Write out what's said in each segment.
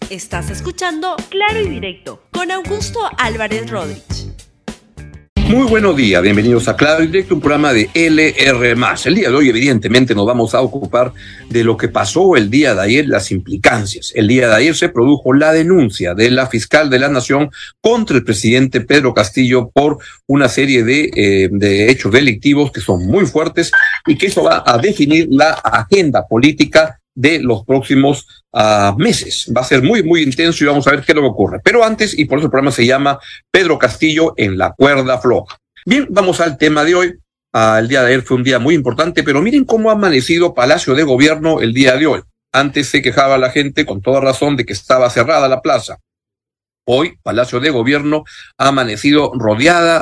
Estás escuchando Claro y Directo con Augusto Álvarez Rodríguez. Muy buenos días, bienvenidos a Claro y Directo, un programa de LR+. El día de hoy, evidentemente, nos vamos a ocupar de lo que pasó el día de ayer, las implicancias. El día de ayer se produjo la denuncia de la fiscal de la Nación contra el presidente Pedro Castillo por una serie de hechos delictivos que son muy fuertes y que eso va a definir la agenda política de los próximos meses. Va a ser muy, muy intenso y vamos a ver qué es lo que ocurre. Pero antes, y por eso el programa se llama Pedro Castillo en la cuerda floja. Bien, vamos al tema de hoy. El día de ayer fue un día muy importante, pero miren cómo ha amanecido Palacio de Gobierno el día de hoy. Antes se quejaba la gente con toda razón de que estaba cerrada la plaza. Hoy, Palacio de Gobierno ha amanecido rodeado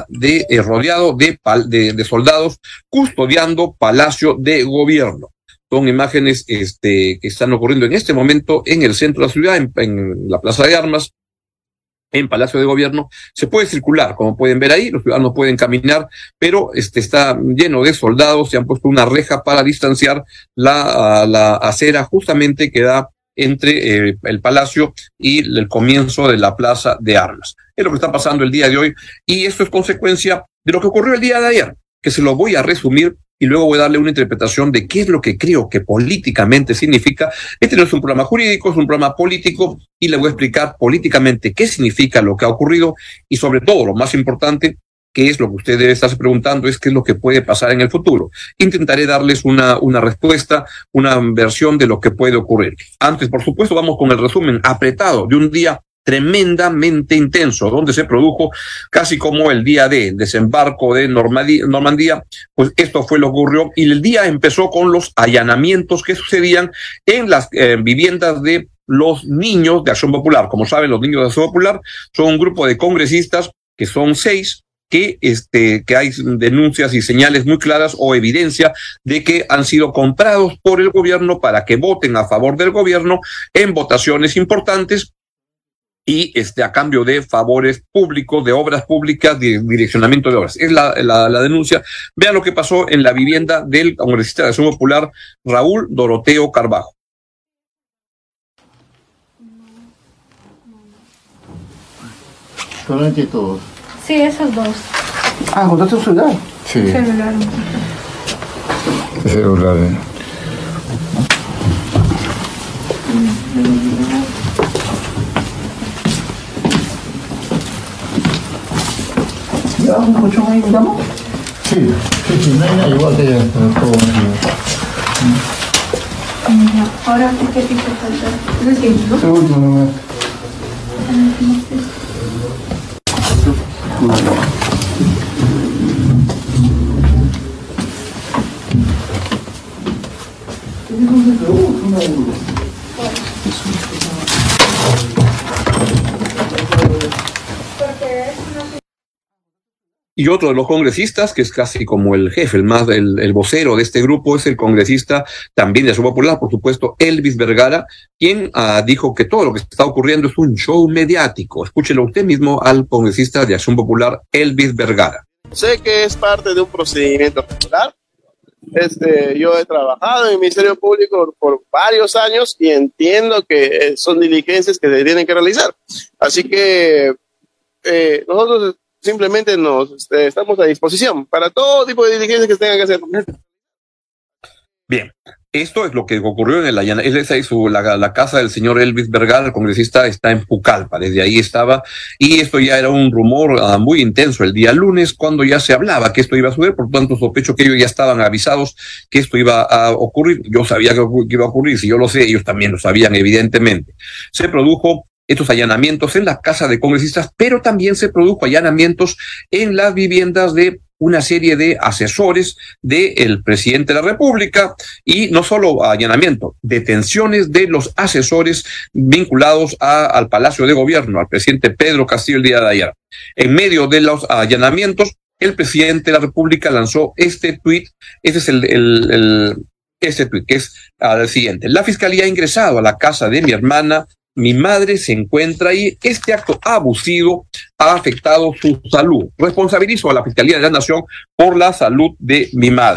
de soldados custodiando Palacio de Gobierno. Son imágenes que están ocurriendo en este momento en el centro de la ciudad, en la Plaza de Armas, en Palacio de Gobierno. Se puede circular, como pueden ver ahí, los ciudadanos pueden caminar, pero está lleno de soldados. Se han puesto una reja para distanciar la acera justamente que da entre el Palacio y el comienzo de la Plaza de Armas. Es lo que está pasando el día de hoy, y esto es consecuencia de lo que ocurrió el día de ayer, que se lo voy a resumir y luego voy a darle una interpretación de qué es lo que creo que políticamente significa. Este no es un programa jurídico, es un programa político, y le voy a explicar políticamente qué significa lo que ha ocurrido y, sobre todo, lo más importante, qué es lo que usted debe estarse preguntando, es qué es lo que puede pasar en el futuro. Intentaré darles una respuesta, una versión de lo que puede ocurrir. Antes, por supuesto, vamos con el resumen apretado de un día tremendamente intenso, donde se produjo casi como el día del desembarco de Normandía, pues esto fue lo que ocurrió, y el día empezó con los allanamientos que sucedían en las viviendas de los niños de Acción Popular. Como saben, los niños de Acción Popular son un grupo de congresistas, que son 6, que hay denuncias y señales muy claras o evidencia de que han sido comprados por el gobierno para que voten a favor del gobierno en votaciones importantes, y a cambio de favores públicos, de obras públicas, de direccionamiento de obras. Es la denuncia. Vean lo que pasó en la vivienda del congresista de Acción Popular, Raúl Doroteo Carbajo. Solamente todos. Sí, esos dos. ¿Encontraste un celular? Sí. Celular. Celular. ¿Ya un colchón ahí, digamos? Sí, no hay nada igual que ella, pero todo Ahora, ¿qué tipo falta? Es decir, ¿no? el último nomás. Y otro de los congresistas, que es casi como el jefe, el vocero de este grupo, es el congresista también de Acción Popular, por supuesto, Elvis Vergara, quien dijo que todo lo que está ocurriendo es un show mediático. Escúchelo usted mismo al congresista de Acción Popular, Elvis Vergara. Sé que es parte de un procedimiento regular. Yo he trabajado en el Ministerio Público por varios años y entiendo que son diligencias que se tienen que realizar. Así que nosotros simplemente estamos a disposición para todo tipo de diligencias que se tengan que hacer. Bien, esto es lo que ocurrió en el allanamiento. La casa del señor Elvis Vergara, el congresista, está en Pucallpa, desde ahí estaba, y esto ya era un rumor muy intenso el día lunes, cuando ya se hablaba que esto iba a suceder. Por tanto, sospecho que ellos ya estaban avisados que esto iba a ocurrir. Yo sabía que iba a ocurrir, si yo lo sé, ellos también lo sabían, evidentemente. Se produjo estos allanamientos en las casas de congresistas, pero también se produjo allanamientos en las viviendas de una serie de asesores del presidente de la República, y no solo allanamiento, detenciones de los asesores vinculados al Palacio de Gobierno, al presidente Pedro Castillo el día de ayer. En medio de los allanamientos, el presidente de la República lanzó este tuit. Este es este tuit, que es el siguiente: la fiscalía ha ingresado a la casa de mi hermana. Mi madre se encuentra ahí. Este acto abusivo ha afectado su salud. Responsabilizo a la Fiscalía de la Nación por la salud de mi madre.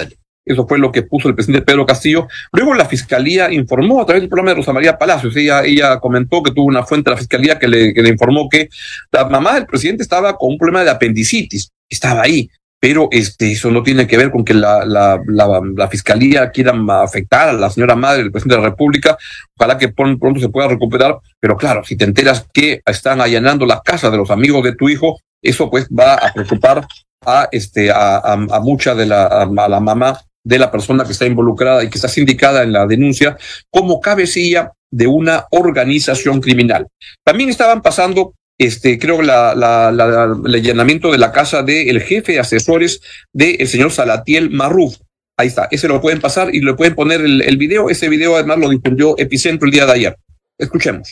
Eso fue lo que puso el presidente Pedro Castillo. Luego la Fiscalía informó a través del programa de Rosa María Palacios. Ella comentó que tuvo una fuente de la Fiscalía que le informó que la mamá del presidente estaba con un problema de apendicitis. Estaba ahí. Pero eso no tiene que ver con que la Fiscalía quiera afectar a la señora madre del presidente de la República. Ojalá que pronto se pueda recuperar. Pero claro, si te enteras que están allanando las casas de los amigos de tu hijo, eso pues va a preocupar a mucha de a la mamá de la persona que está involucrada y que está sindicada en la denuncia como cabecilla de una organización criminal. También estaban pasando creo el allanamiento de la casa del jefe de asesores del señor Salatiel Marruf. Ahí está, ese lo pueden pasar y le pueden poner el video. Ese video además lo difundió Epicentro el día de ayer. Escuchemos.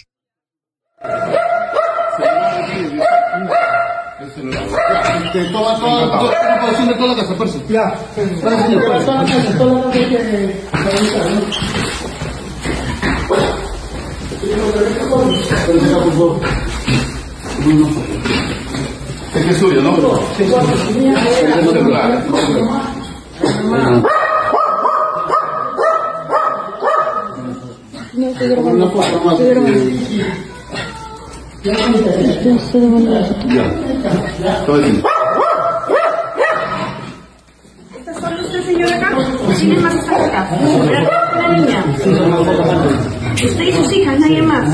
Este es suyo, ¿no? Sí, ¿Está solo usted, señor, acá? ¿Tiene más acá? ¿La niña? ¿Usted y sus hijas, nadie más?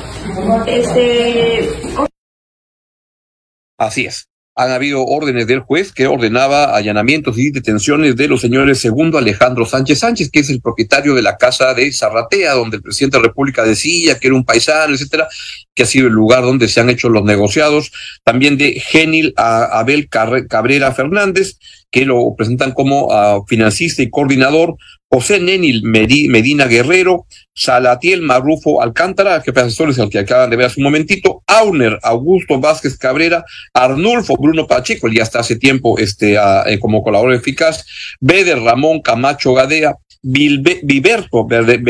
Así es. Han habido órdenes del juez que ordenaba allanamientos y detenciones de los señores segundo Alejandro Sánchez Sánchez, que es el propietario de la casa de Zarratea, donde el presidente de la República decía que era un paisano, etcétera, que ha sido el lugar donde se han hecho los negociados. También de Genil a Abel Cabrera Fernández, que lo presentan como financista y coordinador. José Nenil Medina Guerrero, Salatiel Marrufo Alcántara, jefe de asesores al que acaban de ver hace un momentito, Auner Augusto Vázquez Cabrera, Arnulfo Bruno Pacheco, él ya está hace tiempo como colaborador eficaz, Beder Ramón Camacho Gadea, Viberto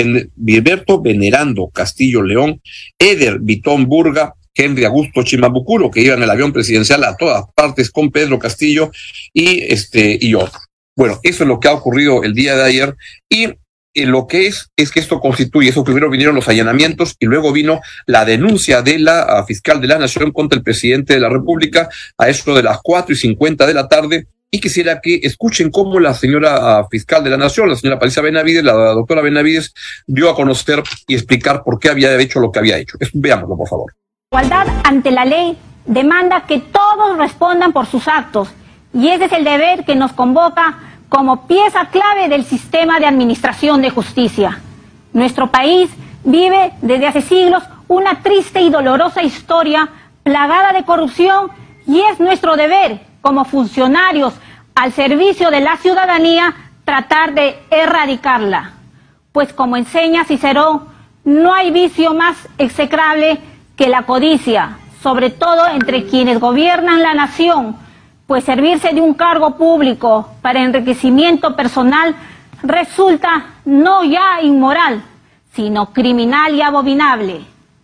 Venerando Castillo León, Eder Vitón Burga, Henry Augusto Chimabucuro, que iba en el avión presidencial a todas partes con Pedro Castillo y otros. Bueno, eso es lo que ha ocurrido el día de ayer y lo que es que esto constituye, eso primero vinieron los allanamientos y luego vino la denuncia de la fiscal de la Nación contra el presidente de la República a eso de las 4:50 de la tarde y quisiera que escuchen cómo la señora fiscal de la Nación, la señora Parisa Benavides, la doctora Benavides, dio a conocer y explicar por qué había hecho lo que había hecho. Veámoslo, por favor. Igualdad ante la ley demanda que todos respondan por sus actos y ese es el deber que nos convoca como pieza clave del sistema de administración de justicia. Nuestro país vive desde hace siglos una triste y dolorosa historia plagada de corrupción y es nuestro deber como funcionarios al servicio de la ciudadanía tratar de erradicarla. Pues como enseña Cicerón, no hay vicio más execrable que la codicia, sobre todo entre quienes gobiernan la nación, pues servirse de un cargo público para enriquecimiento personal resulta no ya inmoral, sino criminal y abominable.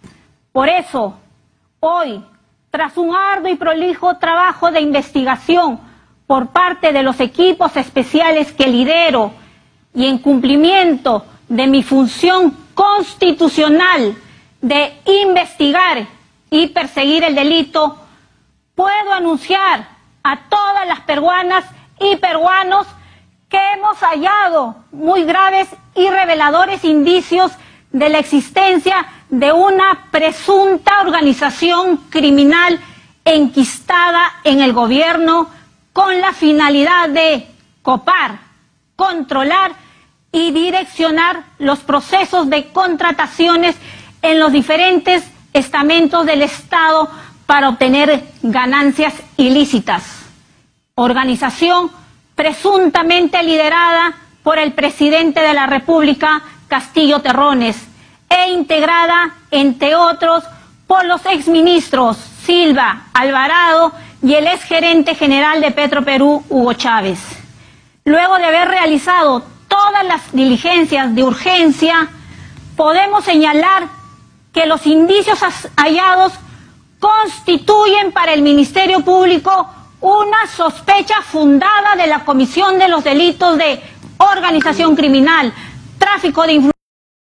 Por eso, hoy, tras un arduo y prolijo trabajo de investigación por parte de los equipos especiales que lidero y en cumplimiento de mi función constitucional de investigar y perseguir el delito, puedo anunciar a todas las peruanas y peruanos que hemos hallado muy graves y reveladores indicios de la existencia de una presunta organización criminal enquistada en el gobierno con la finalidad de copar, controlar y direccionar los procesos de contrataciones en los diferentes estamentos del Estado para obtener ganancias ilícitas. Organización presuntamente liderada por el presidente de la República, Castillo Terrones, e integrada, entre otros, por los exministros Silva, Alvarado y el exgerente general de Petroperú, Hugo Chávez. Luego de haber realizado todas las diligencias de urgencia, podemos señalar que los indicios hallados constituyen para el Ministerio Público una sospecha fundada de la comisión de los delitos de organización criminal, tráfico de influencias.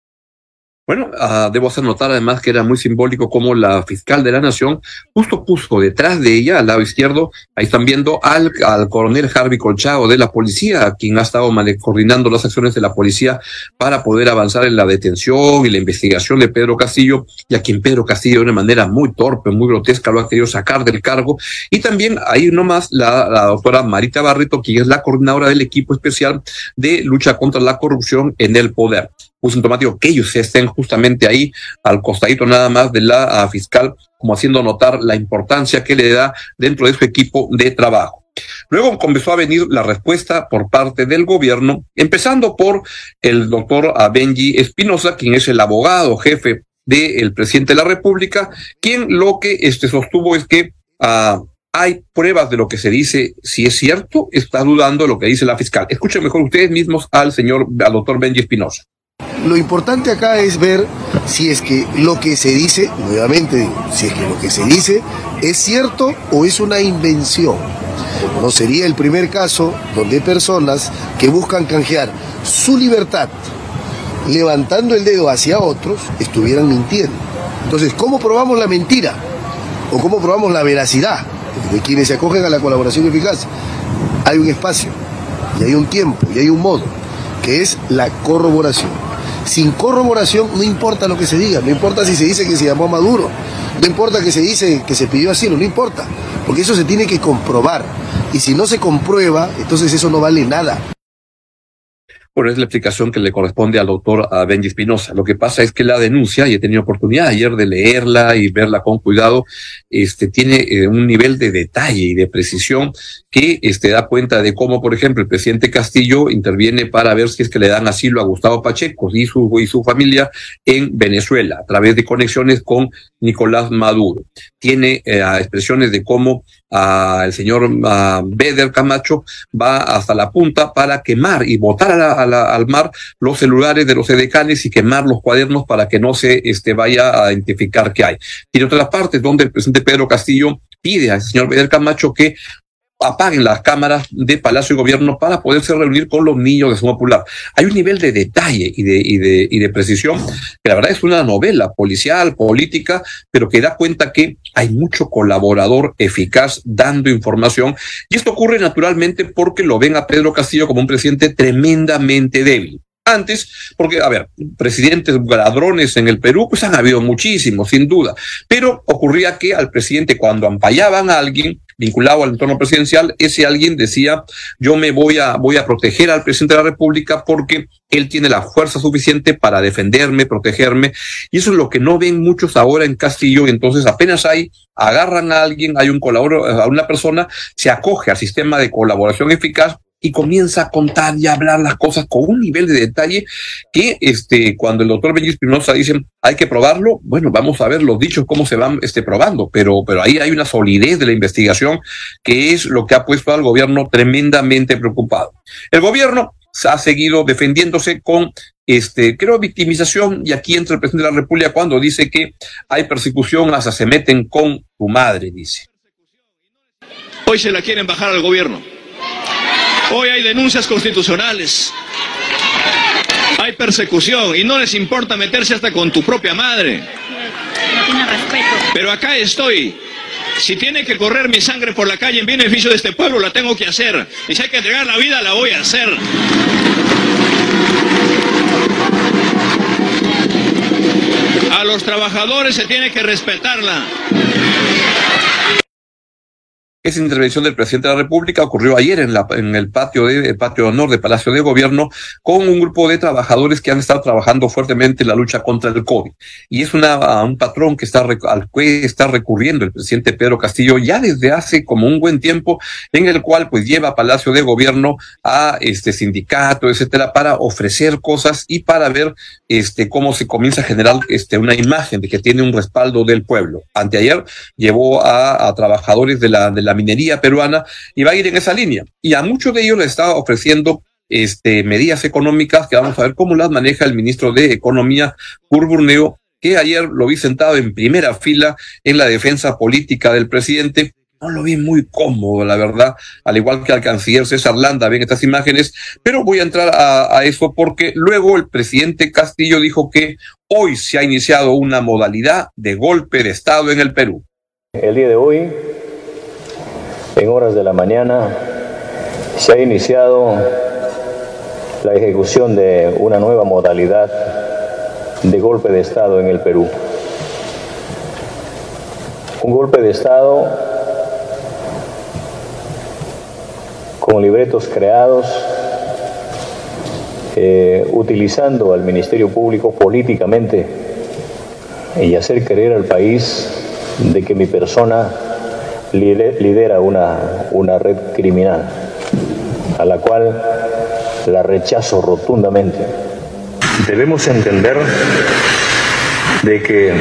Bueno, debo hacer notar además que era muy simbólico como la fiscal de la Nación justo puso detrás de ella, al lado izquierdo, ahí están viendo al coronel Harvey Colchado de la policía, quien ha estado coordinando las acciones de la policía para poder avanzar en la detención y la investigación de Pedro Castillo, y a quien Pedro Castillo de una manera muy torpe, muy grotesca lo ha querido sacar del cargo. Y también ahí nomás la doctora Marita Barreto, quien es la coordinadora del equipo especial de lucha contra la corrupción en el poder. Muy sintomático que ellos estén justamente ahí al costadito nada más de la fiscal, como haciendo notar la importancia que le da dentro de su equipo de trabajo. Luego comenzó a venir la respuesta por parte del gobierno, empezando por el doctor Benji Espinosa, quien es el abogado jefe del presidente de la República, quien lo que sostuvo es que hay pruebas de lo que se dice, si es cierto, está dudando de lo que dice la fiscal. Escuchen mejor ustedes mismos al doctor Benji Espinosa. Lo importante acá es ver si es que lo que se dice, nuevamente digo, si es que lo que se dice es cierto o es una invención. No sería el primer caso donde personas que buscan canjear su libertad levantando el dedo hacia otros estuvieran mintiendo. Entonces, ¿cómo probamos la mentira? ¿O cómo probamos la veracidad de quienes se acogen a la colaboración eficaz? Hay un espacio, y hay un tiempo, y hay un modo, que es la corroboración. Sin corroboración no importa lo que se diga, no importa si se dice que se llamó a Maduro, no importa que se dice que se pidió asilo, no importa, porque eso se tiene que comprobar, y si no se comprueba, entonces eso no vale nada. Bueno, es la explicación que le corresponde al doctor Benji Espinosa. Lo que pasa es que la denuncia, y he tenido oportunidad ayer de leerla y verla con cuidado, tiene un nivel de detalle y de precisión que da cuenta de cómo, por ejemplo, el presidente Castillo interviene para ver si es que le dan asilo a Gustavo Pacheco y su familia en Venezuela, a través de conexiones con Nicolás Maduro. Tiene expresiones de cómo el señor Beder Camacho va hasta la punta para quemar y botar al mar los celulares de los edecanes y quemar los cuadernos para que no se vaya a identificar qué hay. Tiene otras partes donde el presidente Pedro Castillo pide al señor Beder Camacho que apaguen las cámaras de Palacio y Gobierno para poderse reunir con los niños de Acción Popular. Hay un nivel de detalle y de precisión que la verdad es una novela policial, política, pero que da cuenta que hay mucho colaborador eficaz dando información, y esto ocurre naturalmente porque lo ven a Pedro Castillo como un presidente tremendamente débil. Antes, porque, presidentes ladrones en el Perú, pues han habido muchísimos, sin duda, pero ocurría que al presidente, cuando ampallaban a alguien vinculado al entorno presidencial, ese alguien decía, yo me voy a proteger al presidente de la República porque él tiene la fuerza suficiente para defenderme, protegerme, y eso es lo que no ven muchos ahora en Castillo. Y entonces apenas agarran a alguien, hay un colaborador, a una persona, se acoge al sistema de colaboración eficaz y comienza a contar y a hablar las cosas con un nivel de detalle que cuando el doctor Benji Espinosa dice hay que probarlo, bueno, vamos a ver los dichos cómo se van probando, pero ahí hay una solidez de la investigación que es lo que ha puesto al gobierno tremendamente preocupado. El gobierno ha seguido defendiéndose con creo victimización, y aquí entra el presidente de la República cuando dice que hay persecución, hasta se meten con tu madre, dice. Hoy se la quieren bajar al gobierno. Hoy hay denuncias constitucionales, hay persecución y no les importa meterse hasta con tu propia madre. No tiene respeto. Pero acá estoy. Si tiene que correr mi sangre por la calle en beneficio de este pueblo, la tengo que hacer. Y si hay que entregar la vida, la voy a hacer. A los trabajadores se tiene que respetarla. Esa intervención del presidente de la República ocurrió ayer en el patio de honor de Palacio de Gobierno con un grupo de trabajadores que han estado trabajando fuertemente en la lucha contra el COVID. Y es un patrón al que está recurriendo el presidente Pedro Castillo ya desde hace como un buen tiempo, en el cual pues lleva a Palacio de Gobierno a sindicato, etcétera, para ofrecer cosas y para ver cómo se comienza a generar una imagen de que tiene un respaldo del pueblo. Anteayer llevó a trabajadores de la minería peruana y va a ir en esa línea. Y a muchos de ellos les está ofreciendo medidas económicas que vamos a ver cómo las maneja el ministro de Economía, Kurt Burneo, que ayer lo vi sentado en primera fila en la defensa política del presidente, no lo vi muy cómodo, la verdad, al igual que al canciller César Landa, ven estas imágenes, pero voy a entrar a eso porque luego el presidente Castillo dijo que hoy se ha iniciado una modalidad de golpe de Estado en el Perú. El día de hoy, en horas de la mañana, se ha iniciado la ejecución de una nueva modalidad de golpe de Estado en el Perú. Un golpe de Estado con libretos creados, utilizando al Ministerio Público políticamente y hacer creer al país de que mi persona lidera una red criminal, a la cual la rechazo rotundamente. Debemos entender de que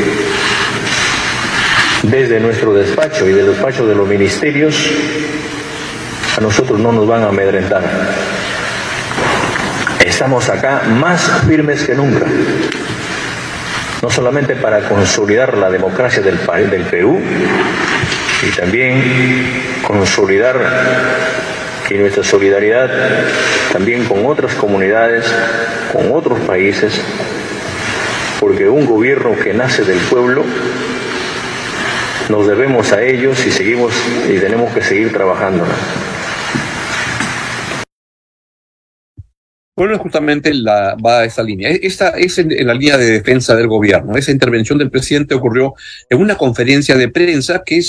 desde nuestro despacho y del despacho de los ministerios, a nosotros no nos van a amedrentar. Estamos acá más firmes que nunca, no solamente para consolidar la democracia del Perú, y también consolidar que nuestra solidaridad también con otras comunidades, con otros países, porque un gobierno que nace del pueblo, nos debemos a ellos y tenemos que seguir trabajando. Bueno, justamente va a esa línea. Esta es en la línea de defensa del gobierno. Esa intervención del presidente ocurrió en una conferencia de prensa que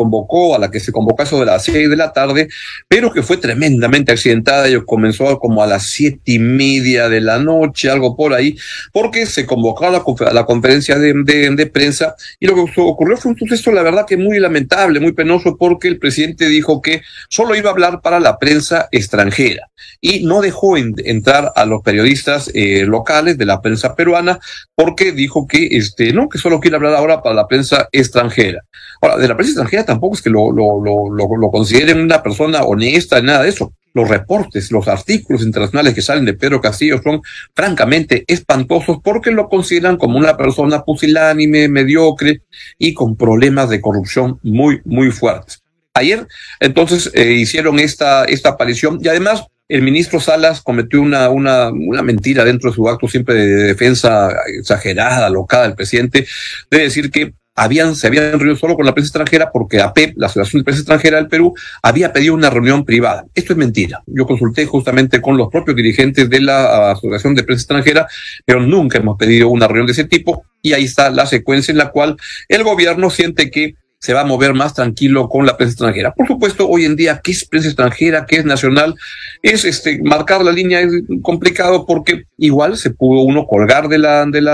a la que se convocó a eso de las 6 de la tarde, pero que fue tremendamente accidentada y comenzó como a las 7:30 de la noche, algo por ahí, porque se convocó a la conferencia de prensa y lo que ocurrió fue un suceso, la verdad, que muy lamentable, muy penoso, porque el presidente dijo que solo iba a hablar para la prensa extranjera y no dejó entrar a los periodistas locales de la prensa peruana, porque dijo que que solo quiere hablar ahora para la prensa extranjera. Ahora, de la prensa extranjera tampoco es que lo consideren una persona honesta, nada de eso. Los reportes, los artículos internacionales que salen de Pedro Castillo son francamente espantosos porque lo consideran como una persona pusilánime, mediocre y con problemas de corrupción muy, muy fuertes. Ayer, entonces, hicieron esta aparición y además el ministro Salas cometió una mentira dentro de su acto siempre de defensa exagerada, alocada del presidente, de decir que se habían reunido solo con la prensa extranjera porque APEP, la Asociación de Prensa Extranjera del Perú, había pedido una reunión privada. Esto es mentira. Yo consulté justamente con los propios dirigentes de la Asociación de Prensa Extranjera, pero nunca hemos pedido una reunión de ese tipo, y ahí está la secuencia en la cual el gobierno siente que se va a mover más tranquilo con la prensa extranjera. Por supuesto, hoy en día, ¿qué es prensa extranjera? ¿Qué es nacional? Marcar la línea es complicado porque igual se pudo uno colgar de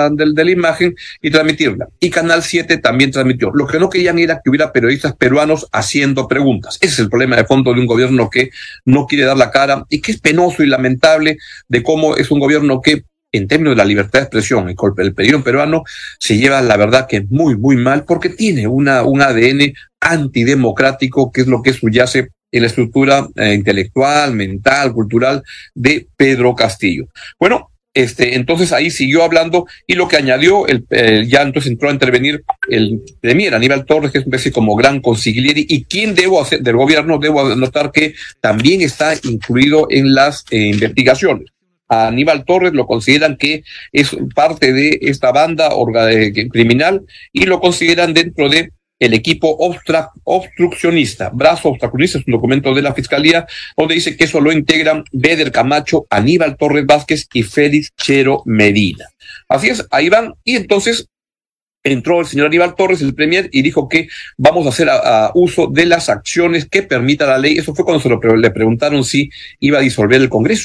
la imagen y transmitirla. Y Canal 7 también transmitió. Lo que no querían era que hubiera periodistas peruanos haciendo preguntas. Ese es el problema de fondo de un gobierno que no quiere dar la cara y que es penoso y lamentable de cómo es un gobierno que, en términos de la libertad de expresión, el periodo peruano se lleva, la verdad, que muy, muy mal, porque tiene un ADN antidemocrático, que es lo que subyace en la estructura intelectual, mental, cultural de Pedro Castillo. Bueno, entonces ahí siguió hablando y lo que añadió, ya entonces entró a intervenir el premier Aníbal Torres, que es un especie como gran consigliere, y quien del gobierno, debo anotar que también está incluido en las investigaciones. A Aníbal Torres lo consideran que es parte de esta banda criminal y lo consideran dentro de el equipo obstruccionista. Brazo obstruccionista es un documento de la Fiscalía donde dice que eso lo integran Beder Camacho, Aníbal Torres Vázquez y Félix Chero Medina. Así es, ahí van. Y entonces entró el señor Aníbal Torres, el premier, y dijo que vamos a hacer uso de las acciones que permita la ley. Eso fue cuando le preguntaron si iba a disolver el Congreso.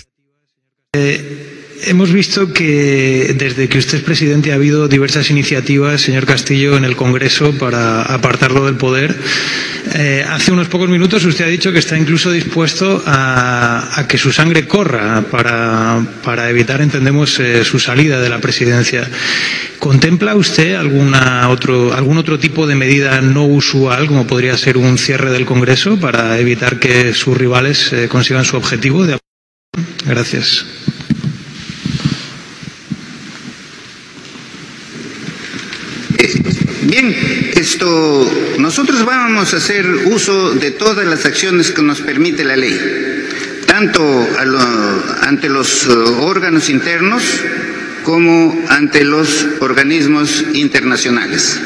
Hemos visto que desde que usted es presidente ha habido diversas iniciativas, señor Castillo, en el Congreso para apartarlo del poder. Hace unos pocos minutos usted ha dicho que está incluso dispuesto a que su sangre corra para evitar, entendemos, su salida de la presidencia. ¿Contempla usted algún otro tipo de medida no usual, como podría ser un cierre del Congreso, para evitar que sus rivales consigan su objetivo de... Gracias. Bien, nosotros vamos a hacer uso de todas las acciones que nos permite la ley, tanto ante los órganos internos como ante los organismos internacionales.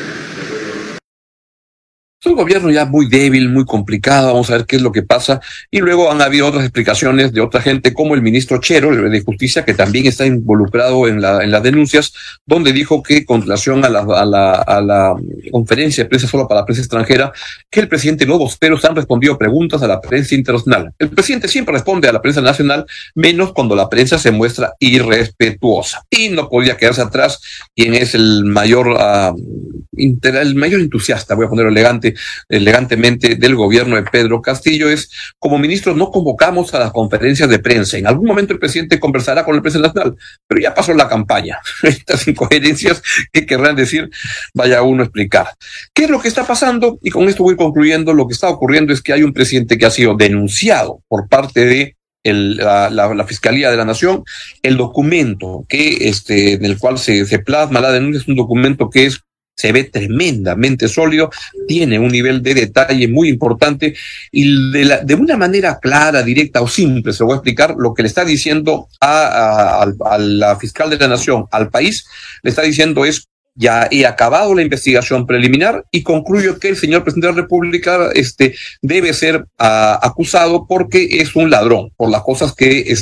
Es un gobierno ya muy débil, muy complicado, vamos a ver qué es lo que pasa. Y luego han habido otras explicaciones de otra gente, como el ministro Chero de Justicia, que también está involucrado en las denuncias, donde dijo que con relación a la conferencia de prensa solo para la prensa extranjera, que el presidente y los voceros han respondido preguntas a la prensa internacional. El presidente siempre responde a la prensa nacional, menos cuando la prensa se muestra irrespetuosa. Y no podía quedarse atrás quien es el mayor entusiasta, voy a ponerlo elegantemente, del gobierno de Pedro Castillo, es: como ministros no convocamos a las conferencias de prensa. En algún momento el presidente conversará con la prensa nacional, pero ya pasó la campaña. Estas incoherencias, ¿qué querrán decir? Vaya uno a explicar. ¿Qué es lo que está pasando? Y con esto voy concluyendo. Lo que está ocurriendo es que hay un presidente que ha sido denunciado por parte de la Fiscalía de la Nación. El documento en el cual se plasma la denuncia es un documento que se ve tremendamente sólido, tiene un nivel de detalle muy importante y de una manera clara, directa o simple, se lo voy a explicar. Lo que le está diciendo a la fiscal de la Nación, al país, le está diciendo es: ya he acabado la investigación preliminar y concluyo que el señor presidente de la República debe ser acusado porque es un ladrón, por las cosas que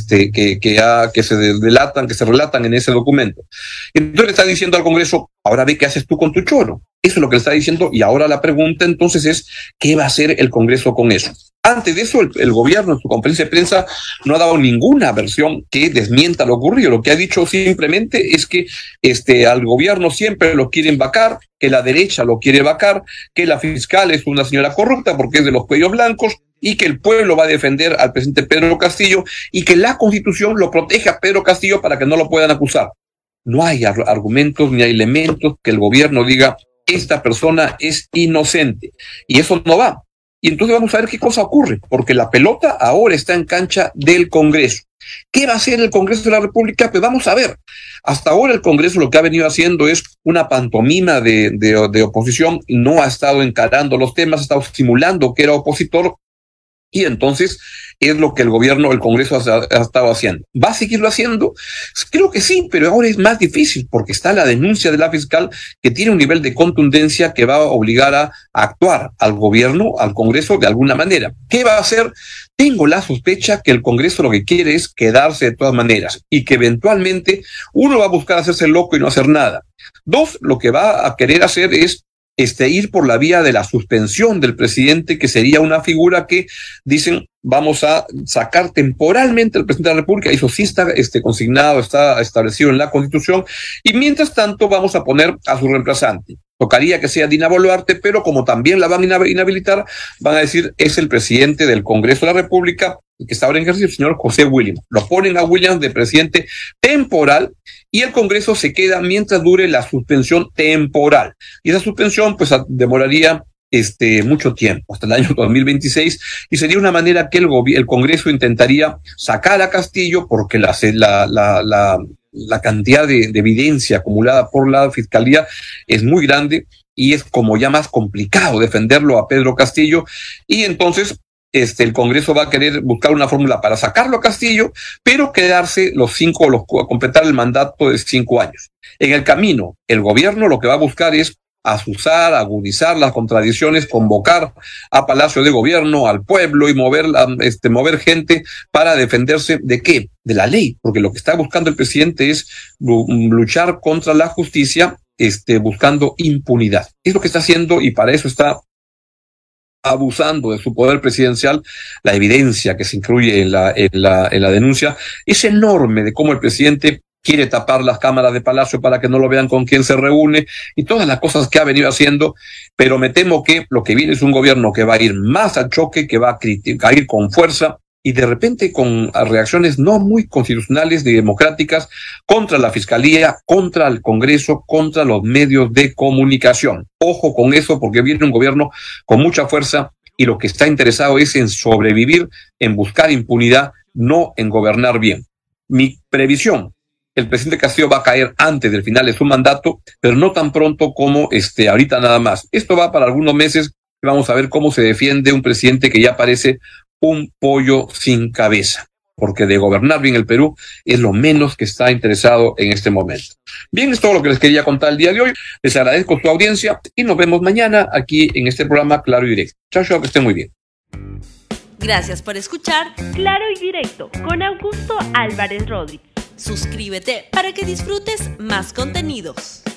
se relatan en ese documento. Entonces le está diciendo al Congreso: ahora ve qué haces tú con tu choro. Eso es lo que le está diciendo, y ahora la pregunta entonces es: ¿qué va a hacer el Congreso con eso? Antes de eso, el gobierno en su conferencia de prensa no ha dado ninguna versión que desmienta lo ocurrido. Lo que ha dicho simplemente es que al gobierno siempre lo quieren vacar, que la derecha lo quiere vacar, que la fiscal es una señora corrupta porque es de los cuellos blancos, y que el pueblo va a defender al presidente Pedro Castillo, y que la Constitución lo protege a Pedro Castillo para que no lo puedan acusar. No hay argumentos ni hay elementos que el gobierno diga: esta persona es inocente. Y eso no va. Y entonces vamos a ver qué cosa ocurre, porque la pelota ahora está en cancha del Congreso. ¿Qué va a hacer el Congreso de la República? Pues vamos a ver. Hasta ahora el Congreso lo que ha venido haciendo es una pantomima de oposición, no ha estado encarando los temas, ha estado simulando que era opositor, y entonces es lo que el Congreso ha estado haciendo. ¿Va a seguirlo haciendo? Creo que sí, pero ahora es más difícil porque está la denuncia de la fiscal, que tiene un nivel de contundencia que va a obligar a actuar al gobierno, al Congreso, de alguna manera. ¿Qué va a hacer? Tengo la sospecha que el Congreso lo que quiere es quedarse de todas maneras, y que eventualmente uno va a buscar hacerse loco y no hacer nada. Dos, lo que va a querer hacer es ir por la vía de la suspensión del presidente, que sería una figura que dicen: vamos a sacar temporalmente al presidente de la República. Eso sí está consignado, está establecido en la Constitución, y mientras tanto vamos a poner a su reemplazante. Tocaría que sea Dina Boluarte, pero como también la van a inhabilitar, van a decir: es el presidente del Congreso de la República, que está ahora en ejercicio, el señor José Williams. Lo ponen a Williams de presidente temporal, y el Congreso se queda mientras dure la suspensión temporal. Y esa suspensión pues demoraría mucho tiempo, hasta el año 2026, y sería una manera que el Congreso intentaría sacar a Castillo, porque la cantidad de evidencia acumulada por la Fiscalía es muy grande, y es como ya más complicado defenderlo a Pedro Castillo, y entonces el Congreso va a querer buscar una fórmula para sacarlo a Castillo, pero quedarse completar el mandato de 5 años. En el camino, el gobierno lo que va a buscar es azuzar, agudizar las contradicciones, convocar a Palacio de Gobierno, al pueblo, y mover gente para defenderse ¿de qué? De la ley, porque lo que está buscando el presidente es luchar contra la justicia, buscando impunidad. Es lo que está haciendo, y para eso está abusando de su poder presidencial. La evidencia que se incluye en la denuncia es enorme, de cómo el presidente quiere tapar las cámaras de Palacio para que no lo vean con quién se reúne, y todas las cosas que ha venido haciendo. Pero me temo que lo que viene es un gobierno que va a ir más al choque, que va a ir con fuerza, y de repente con reacciones no muy constitucionales ni democráticas contra la Fiscalía, contra el Congreso, contra los medios de comunicación. Ojo con eso, porque viene un gobierno con mucha fuerza, y lo que está interesado es en sobrevivir, en buscar impunidad, no en gobernar bien. Mi previsión: el presidente Castillo va a caer antes del final de su mandato, pero no tan pronto como ahorita nada más. Esto va para algunos meses y vamos a ver cómo se defiende un presidente que ya parece un pollo sin cabeza, porque de gobernar bien el Perú es lo menos que está interesado en este momento. Bien, es todo lo que les quería contar el día de hoy. Les agradezco su audiencia y nos vemos mañana aquí en este programa Claro y Directo. Chao, chao, que estén muy bien. Gracias por escuchar Claro y Directo con Augusto Álvarez Rodríguez. Suscríbete para que disfrutes más contenidos.